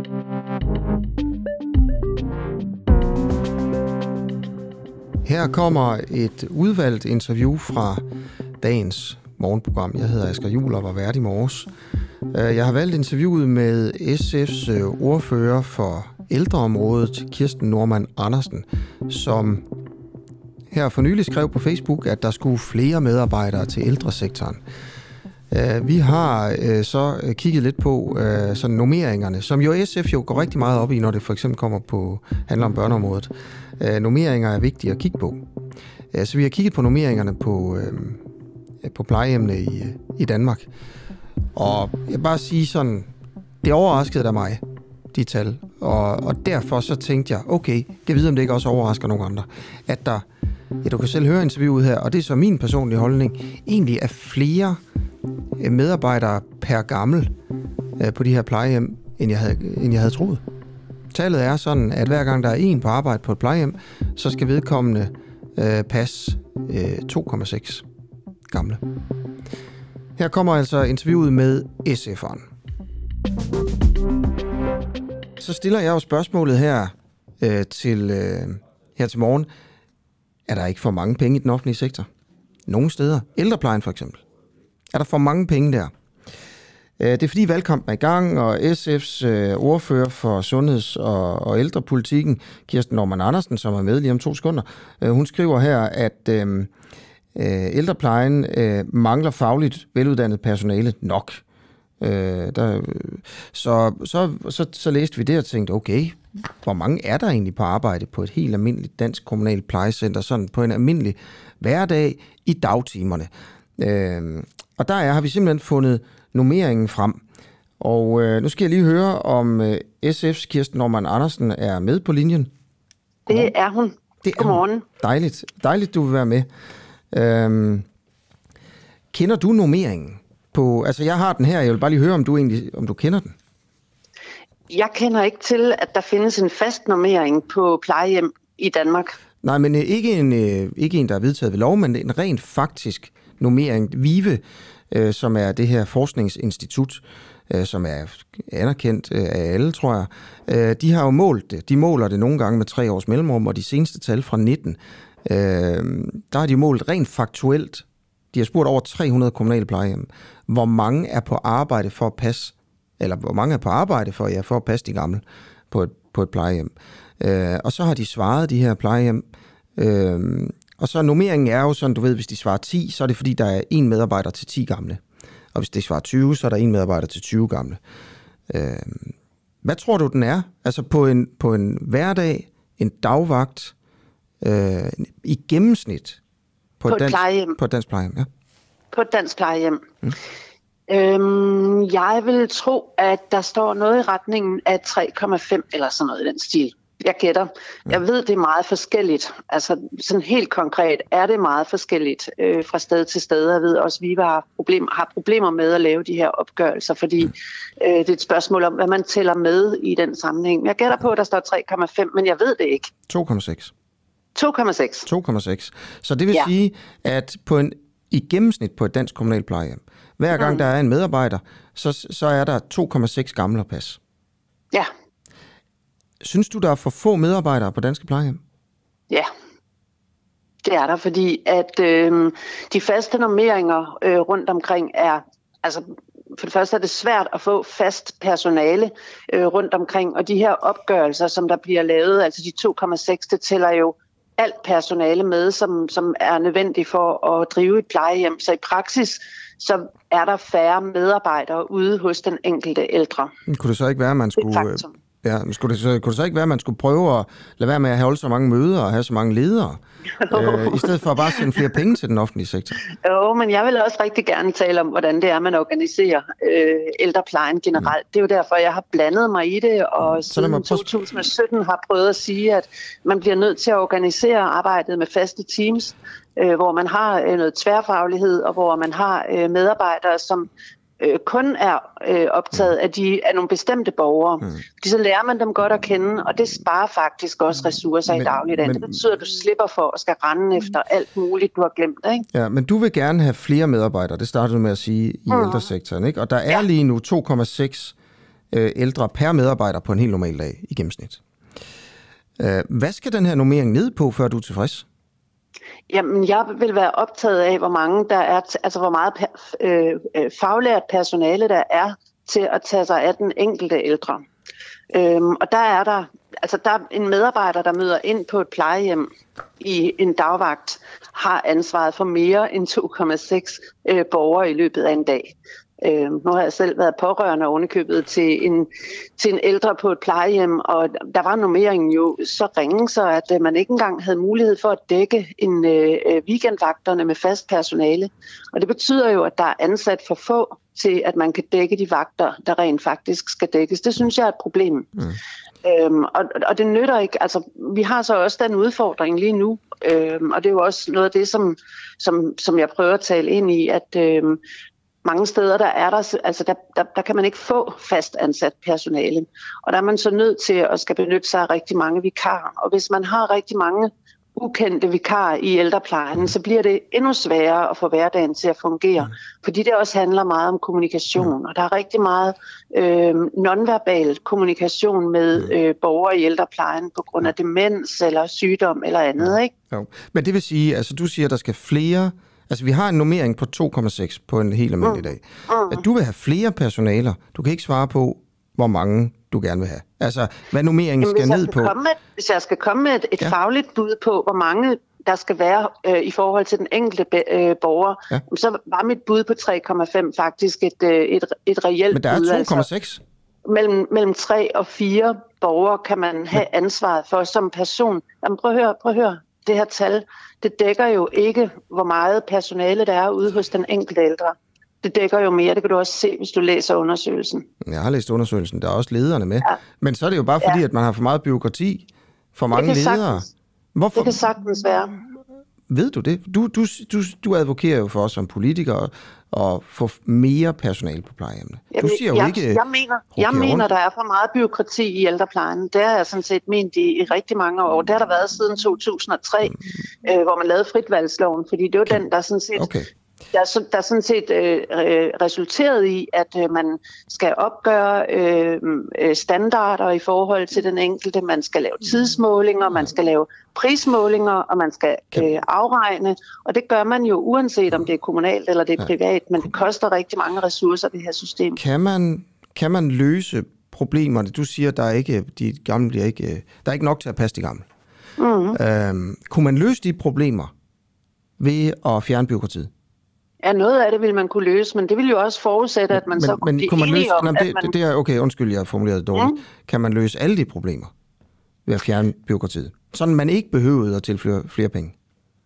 Her kommer et udvalgt interview fra dagens morgenprogram. Jeg hedder Asger Juhl og var vært i morges. Jeg har valgt interviewet med SF's ordfører for ældreområdet, Kirsten Normann Andersen, som her for nylig skrev på Facebook, at der skulle flere medarbejdere til ældresektoren. Vi har så kigget lidt på sådan normeringerne, som jo SF jo går rigtig meget op i, når det for eksempel handler om børneområdet. Normeringer er vigtige at kigge på. Så vi har kigget på normeringerne på plejehjemmene i Danmark. Og jeg vil bare sige sådan, det overraskede da mig, de tal. Og derfor så tænkte jeg, okay, jeg ved, om det ikke også overrasker nogen andre, at der, du kan selv høre interviewet her, og det er så min personlige holdning, egentlig er flere medarbejdere per gammel på de her plejehjem, end jeg havde troet. Tallet er sådan, at hver gang der er en på arbejde på et plejehjem, så skal vedkommende passe 2,6 gamle. Her kommer altså interviewet med SF'eren. Så stiller jeg jo spørgsmålet her til morgen. Er der ikke for mange penge i den offentlige sektor? Nogle steder. Ældreplejen for eksempel. Er der for mange penge der? Det er fordi valgkampen er i gang, og SF's ordfører for sundheds- og ældrepolitikken, Kirsten Normann Andersen, som er med lige om 2 sekunder, hun skriver her, at ældreplejen mangler fagligt veluddannet personale nok. Så læste vi det og tænkte, okay, hvor mange er der egentlig på arbejde på et helt almindeligt dansk kommunalt plejecenter, sådan på en almindelig hverdag i dagtimerne? Og der har vi simpelthen fundet normeringen frem. Og nu skal jeg lige høre, om SF's Kirsten Normann Andersen er med på linjen. Det er hun. Godmorgen. Dejligt. Dejligt, du vil være med. Kender du normeringen? Altså, jeg har den her. Jeg vil bare lige høre, om du kender den. Jeg kender ikke til, at der findes en fast normering på plejehjem i Danmark. Nej, men ikke en, der er vedtaget ved lov, men en rent faktisk normering. VIVE, som er det her forskningsinstitut, som er anerkendt af alle, tror jeg. De har jo målt det. De måler det nogle gange med 3 års mellemrum, og de seneste tal fra 19, der har de målt rent faktuelt. De har spurgt over 300 kommunale plejehjem, hvor mange er på arbejde for at passe, eller hvor mange er på arbejde for at passe de gamle på et plejehjem. Og så har de svaret de her plejehjem. Og så normeringen er jo sådan, du ved, hvis de svarer 10, så er det fordi, der er 1 medarbejder til 10 gamle. Og hvis de svarer 20, så er der 1 medarbejder til 20 gamle. Hvad tror du, den er? Altså på en hverdag, en dagvagt, i gennemsnit på et dansk plejehjem, ja. På et dansk plejehjem. Jeg vil tro, at der står noget i retningen af 3,5 eller sådan noget i den stil. Jeg gætter. Jeg ved, det er meget forskelligt. Altså sådan helt konkret er det meget forskelligt fra sted til sted. Jeg ved også, at vi har problemer med at lave de her opgørelser, fordi det er et spørgsmål om, hvad man tæller med i den sammenhæng. Jeg gætter på, at der står 3,5, men jeg ved det ikke. 2,6. 2,6. Så det vil sige, at i gennemsnit på et dansk kommunalt plejehjem, hver gang der er en medarbejder, så er der 2,6 gamle at passe. Ja. Synes du, der er for få medarbejdere på danske plejehjem? Ja, det er der, fordi at de faste normeringer rundt omkring er, altså for det første er det svært at få fast personale rundt omkring, og de her opgørelser, som der bliver lavet, altså de 2,6, det tæller jo alt personale med, som er nødvendigt for at drive et plejehjem. Så i praksis, så er der færre medarbejdere ude hos den enkelte ældre. Kunne det så ikke være, at man skulle... Ja, men kunne det så ikke være, at man skulle prøve at lade være med at holde så mange møder og have så mange ledere, i stedet for at bare sende flere penge til den offentlige sektor? Jo, men jeg vil også rigtig gerne tale om, hvordan det er, man organiserer ældreplejen generelt. Det er jo derfor, jeg har blandet mig i det, og siden 2017 har prøvet at sige, at man bliver nødt til at organisere arbejdet med faste teams, hvor man har noget tværfaglighed, og hvor man har medarbejdere, som kun er optaget af nogle bestemte borgere. Fordi så lærer man dem godt at kende, og det sparer faktisk også ressourcer i dagligdagen. Det betyder, at du slipper for at skal rende efter alt muligt, du har glemt. Ikke? Ja, men du vil gerne have flere medarbejdere, det startede du med at sige, i ældresektoren, ikke? Og der er lige nu 2,6 ældre per medarbejder på en helt normal dag i gennemsnit. Hvad skal den her normering ned på, før du er tilfreds? Jamen, jeg vil være optaget af, hvor mange der er, altså hvor meget faglært personale der er til at tage sig af den enkelte ældre. Og der er en medarbejder, der møder ind på et plejehjem i en dagvagt, har ansvaret for mere end 2,6 borgere i løbet af en dag. Nu har jeg selv været pårørende ovenikøbet til en ældre på et plejehjem, og der var normeringen jo så ringe, så at man ikke engang havde mulighed for at dække weekendvagterne med fast personale. Og det betyder jo, at der er ansat for få til, at man kan dække de vagter, der rent faktisk skal dækkes. Det synes jeg er et problem. Og det nytter ikke. Altså, vi har så også den udfordring lige nu, og det er jo også noget af det, som jeg prøver at tale ind i, at mange steder, der kan man ikke få fast ansat personale. Og der er man så nødt til at skal benytte sig af rigtig mange vikarer. Og hvis man har rigtig mange ukendte vikarer i ældreplejen, så bliver det endnu sværere at få hverdagen til at fungere. Fordi det også handler meget om kommunikation. Og der er rigtig meget nonverbal kommunikation med borgere i ældreplejen på grund af demens eller sygdom eller andet. Ikke? Jo. Men det vil sige, altså du siger, at der skal flere. Altså, vi har en normering på 2,6 på en helt almindelig dag. At du vil have flere personaler. Du kan ikke svare på, hvor mange du gerne vil have. Altså, hvad normeringen skal ned på. Hvis jeg skal komme med et fagligt bud på, hvor mange der skal være i forhold til den enkelte borger, så var mit bud på 3,5 faktisk et reelt bud. Men der er 2,6? Altså, mellem 3 og 4 borgere kan man have ansvaret for som person. Jamen, prøv at høre. Det her tal, det dækker jo ikke, hvor meget personale der er ude hos den enkelte ældre. Det dækker jo mere, det kan du også se, hvis du læser undersøgelsen. Jeg har læst undersøgelsen, der er også lederne med. Ja. Men så er det jo bare fordi, at man har for meget bureaukrati, for mange ledere. Hvorfor? Det kan sagtens være. Ved du det? Du advokerer jo for os som politikere at få mere personale på plejehjemmene. Du siger jo ikke... Jeg mener, der er for meget bureaukrati i ældreplejen. Det har jeg sådan set ment i rigtig mange år. Det har der været siden 2003, hvor man lavede fritvalgsloven, fordi det var den, der sådan set... Okay. Der er sådan set resulteret i, at man skal opgøre standarder i forhold til den enkelte. Man skal lave tidsmålinger, man skal lave prismålinger, og man skal afregne. Og det gør man jo uanset om det er kommunalt eller det er privat, men det koster rigtig mange ressourcer, det her system. Kan man løse problemerne? Du siger, at der er ikke nok til at passe de gamle. Kunne man løse de problemer ved at fjerne bureaukratiet? Ja, noget af det ville man kunne løse, men det ville jo også forudsætte, at man så kunne blive enige om, det er okay, undskyld, jeg har formuleret det dårligt. Kan man løse alle de problemer ved at fjerne bureaukratiet? Sådan man ikke behøvede at tilføre flere penge?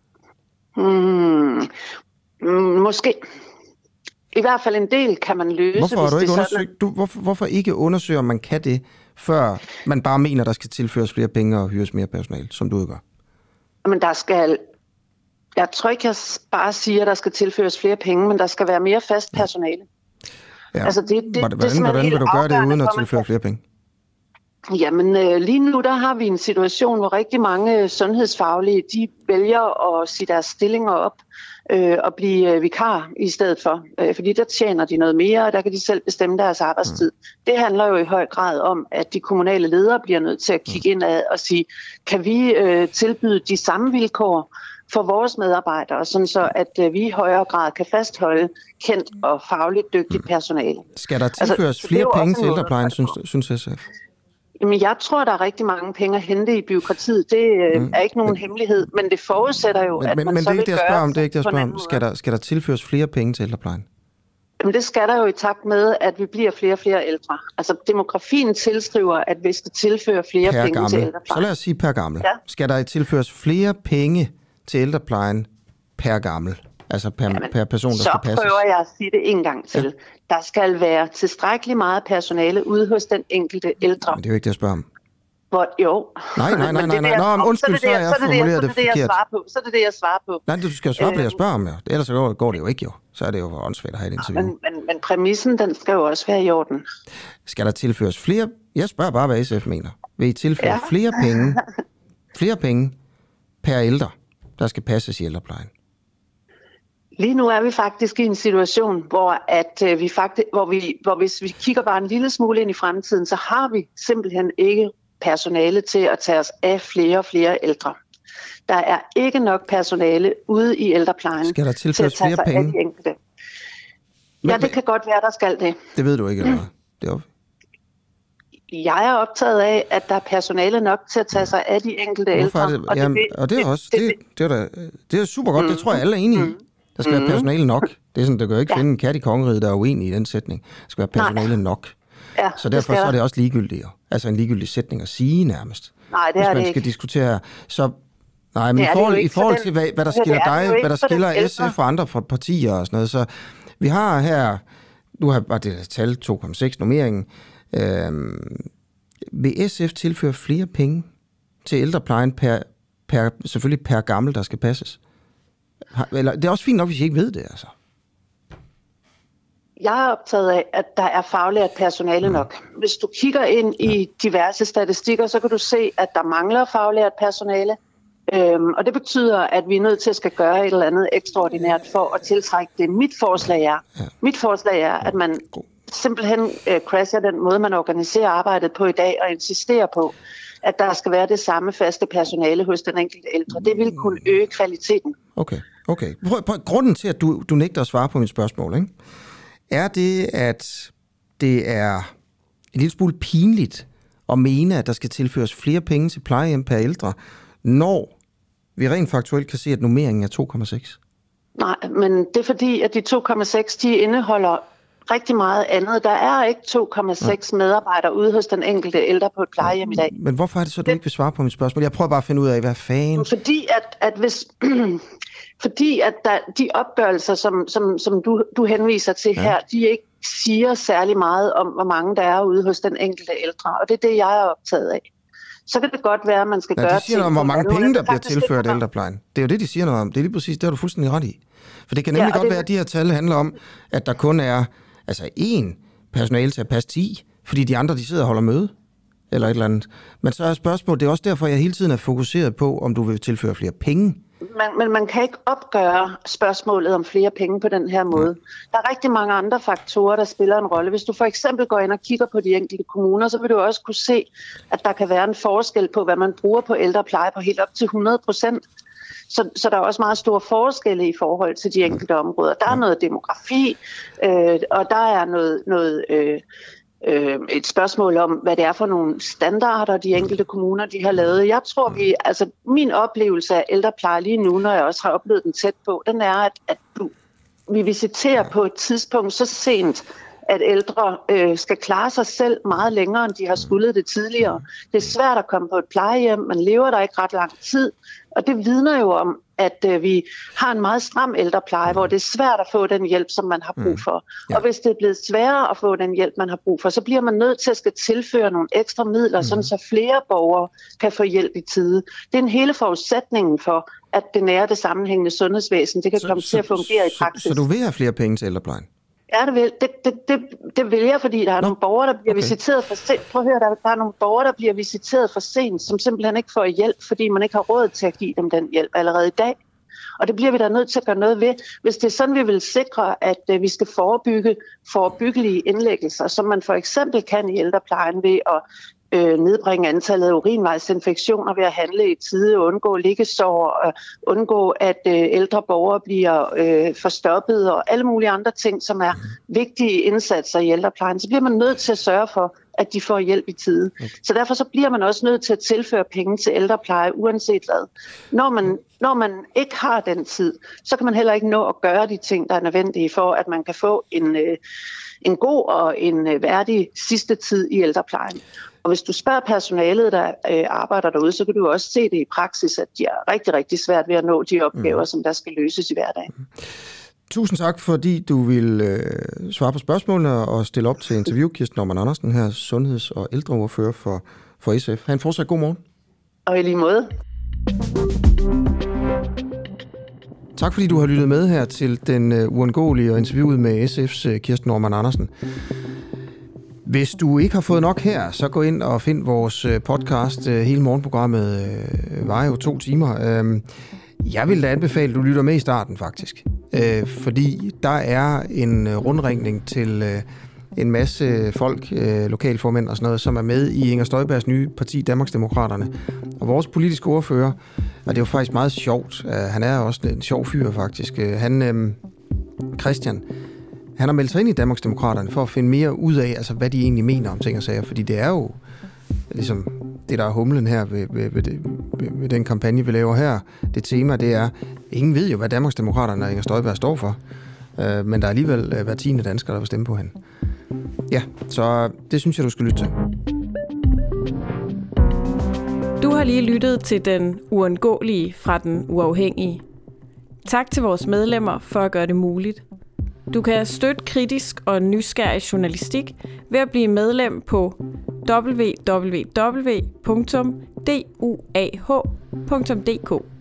Måske. I hvert fald en del kan man løse. Hvorfor ikke undersøge, om man kan det, før man bare mener, der skal tilføres flere penge og hyres mere personale, som du gør? Men jeg tror ikke, jeg bare siger, at der skal tilføres flere penge, men der skal være mere fast personale. Ja. Altså hvordan vil du gøre det uden at tilføre flere penge? Jamen lige nu der har vi en situation, hvor rigtig mange sundhedsfaglige, de vælger at sige deres stillinger op og blive vikar i stedet for. Fordi der tjener de noget mere, og der kan de selv bestemme deres arbejdstid. Det handler jo i høj grad om, at de kommunale ledere bliver nødt til at kigge indad og sige, kan vi tilbyde de samme vilkår for vores medarbejdere, sådan så at vi i højere grad kan fastholde kendt og fagligt dygtigt personale. Skal der tilføres flere penge til ældreplejen, synes SF? Jamen, jeg tror, der er rigtig mange penge at hente i bureaukratiet. Det er ikke nogen hemmelighed, men det forudsætter jo, at man så vil gøre det er ikke det, jeg spørger om. Skal der tilføres flere penge til ældreplejen? Jamen, det skal der jo i takt med, at vi bliver flere og flere ældre. Altså, demografien tilskriver, at vi skal tilføre flere penge til ældreplejen. Så lad os sige per gammel. Ja. Skal der tilføres flere penge til ældreplejen per gammel? Altså per person, der skal passes? Så prøver jeg at sige det en gang til. Ja. Der skal være tilstrækkeligt meget personale ude hos den enkelte ældre. Men det er jo ikke det, jeg spørger om. Jo. Nej. Undskyld, så har jeg formuleret det forkert. Så er det det, jeg svarer på. Nej, du skal jo svare på det, jeg spørger om. Ellers går det jo ikke jo. Så er det jo åndssvagt at have et interview. Men præmissen, den skal jo også være i orden. Skal der tilføres flere? Jeg spørger bare, hvad SF mener. Vil I tilføre flere penge per ældre, der skal passes i ældreplejen? Lige nu er vi faktisk i en situation, hvor hvis vi kigger bare en lille smule ind i fremtiden, så har vi simpelthen ikke personale til at tage os af flere og flere ældre. Der er ikke nok personale ude i ældreplejen til at tage sig flere penge? Af de enkelte. Ja, det kan godt være, der skal det. Det ved du ikke, eller hvad? Jeg er optaget af, at der er personale nok til at tage sig af de enkelte ældre. Det er super godt, det tror jeg alle er enige i. Der skal være personale nok. Det er sådan, du kan jo ikke finde en kat i kongeriget, der er uenig i den sætning. Der skal være personale nok. Ja, så derfor så er det også ligegyldigt. Altså en ligegyldig sætning at sige nærmest. Nej, det er det ikke. Hvis man skal diskutere, så... Nej, men i forhold til, hvad der skiller dig, hvad der skiller SF fra andre fra partier og sådan noget, så vi har her, nu har bare det tal 2,6 normeringen, vil SF tilføre flere penge til ældreplejen selvfølgelig per gammel, der skal passes? Eller, det er også fint nok, hvis I ikke ved det, altså. Jeg er optaget af, at der er faglært personale nok. Hvis du kigger ind i diverse statistikker, så kan du se, at der mangler faglært personale. Og det betyder, at vi er nødt til at skal gøre et eller andet ekstraordinært for at tiltrække det. Mit forslag er, at man simpelthen crasher den måde, man organiserer arbejdet på i dag, og insisterer på, at der skal være det samme faste personale hos den enkelte ældre. Det vil kunne øge kvaliteten. Okay. Grunden til, at du nægter at svare på mit spørgsmål, ikke? Er det, at det er en lille smule pinligt at mene, at der skal tilføres flere penge til plejehjem per ældre, når vi rent faktuelt kan se, at normeringen er 2,6? Nej, men det er fordi, at de 2,6, de indeholder rigtig meget andet. Der er ikke 2,6 medarbejdere ude hos den enkelte ældre på et plejehjem i dag. Men hvorfor er det så, du ikke vil svare på mit spørgsmål? Jeg prøver bare at finde ud af, hvad fanden... Fordi at de opgørelser, som du henviser til her, de ikke siger særlig meget om, hvor mange der er ude hos den enkelte ældre. Og det er det, jeg er optaget af. Så kan det godt være, at man skal gøre... Det siger noget om, hvor mange penge, der bliver tilført ældreplejen. Det er jo det, de siger noget om. Det er lige præcis, det har du fuldstændig ret i. For det kan nemlig godt være, at de her tal handler om, at der kun er én personale til at passe 10, fordi de andre, de sidder og holder møde, eller et eller andet. Men så er spørgsmålet, det er også derfor, jeg hele tiden er fokuseret på, om du vil tilføre flere penge. Men man kan ikke opgøre spørgsmålet om flere penge på den her måde. Der er rigtig mange andre faktorer, der spiller en rolle. Hvis du for eksempel går ind og kigger på de enkelte kommuner, så vil du også kunne se, at der kan være en forskel på, hvad man bruger på ældrepleje på helt op til 100%. Så der er også meget store forskelle i forhold til de enkelte områder. Der er noget demografi, og der er noget et spørgsmål om, hvad det er for nogle standarder, de enkelte kommuner de har lavet. Jeg tror, min oplevelse af ældrepleje lige nu, når jeg også har oplevet den tæt på, den er, at vi visiterer på et tidspunkt så sent, at ældre skal klare sig selv meget længere, end de har skuldet det tidligere. Det er svært at komme på et plejehjem, man lever der ikke ret lang tid, og det vidner jo om, at vi har en meget stram ældrepleje, hvor det er svært at få den hjælp, som man har brug for. Og hvis det er blevet sværere at få den hjælp, man har brug for, så bliver man nødt til at skal tilføre nogle ekstra midler, sådan så flere borgere kan få hjælp i tide. Det er en hele forudsætningen for, at det nære det sammenhængende sundhedsvæsen, det kan komme til at fungere i praksis. Så du vil have flere penge til ældreplejen? Ja, det vil jeg, fordi der er nogle borgere, der bliver visiteret for sent. Prøv at høre, der er nogle borgere, der bliver visiteret for sent, som simpelthen ikke får hjælp, fordi man ikke har råd til at give dem den hjælp allerede i dag. Og det bliver vi da nødt til at gøre noget ved. Hvis det er sådan, vi vil sikre, at vi skal forebygge forebyggelige indlæggelser, som man for eksempel kan i ældreplejen ved at nedbringe antallet af urinvejsinfektioner ved at handle i tide, undgå liggesår og undgå, at ældre borgere bliver forstoppet og alle mulige andre ting, som er vigtige indsatser i ældreplejen, så bliver man nødt til at sørge for, at de får hjælp i tide. Så derfor så bliver man også nødt til at tilføre penge til ældrepleje, uanset hvad. Når man ikke har den tid, så kan man heller ikke nå at gøre de ting, der er nødvendige for, at man kan få en god og en værdig sidste tid i ældreplejen. Og hvis du spørger personalet, der arbejder derude, så kan du også se det i praksis, at de er rigtig, rigtig svært ved at nå de opgaver, som der skal løses i hverdagen. Tusind tak, fordi du vil svare på spørgsmålene og stille op til interview. Kirsten Normann Andersen her, sundheds- og ældreordfører for SF. Ha' en fortsat god morgen. Og i lige måde. Tak fordi du har lyttet med her til den uundgåelige og interviewet med SF's Kirsten Normann Andersen. Hvis du ikke har fået nok her, så gå ind og find vores podcast. Hele morgenprogrammet varer jo 2 timer. Jeg vil da anbefale, at du lytter med i starten faktisk. fordi der er en rundringning til en masse folk, lokalformænd og sådan noget, som er med i Inger Støjbergs nye parti, Danmarksdemokraterne. Og vores politiske ordfører, og det er jo faktisk meget sjovt, han er også en sjov fyr faktisk, Christian, han har meldt sig ind i Danmarksdemokraterne for at finde mere ud af, altså, hvad de egentlig mener om ting og sager, fordi det er jo ligesom det, der er humlen her ved den kampagne, vi laver her. Det tema, det er, ingen ved jo, hvad Danmarksdemokraterne og Inger Støjberg står for, men der er alligevel hver 10. dansker, der vil stemme på hende. Ja, så det synes jeg, du skal lytte til. Du har lige lyttet til Den Uundgåelige fra Den Uafhængige. Tak til vores medlemmer for at gøre det muligt. Du kan støtte kritisk og nysgerrig journalistik ved at blive medlem på www.duah.dk.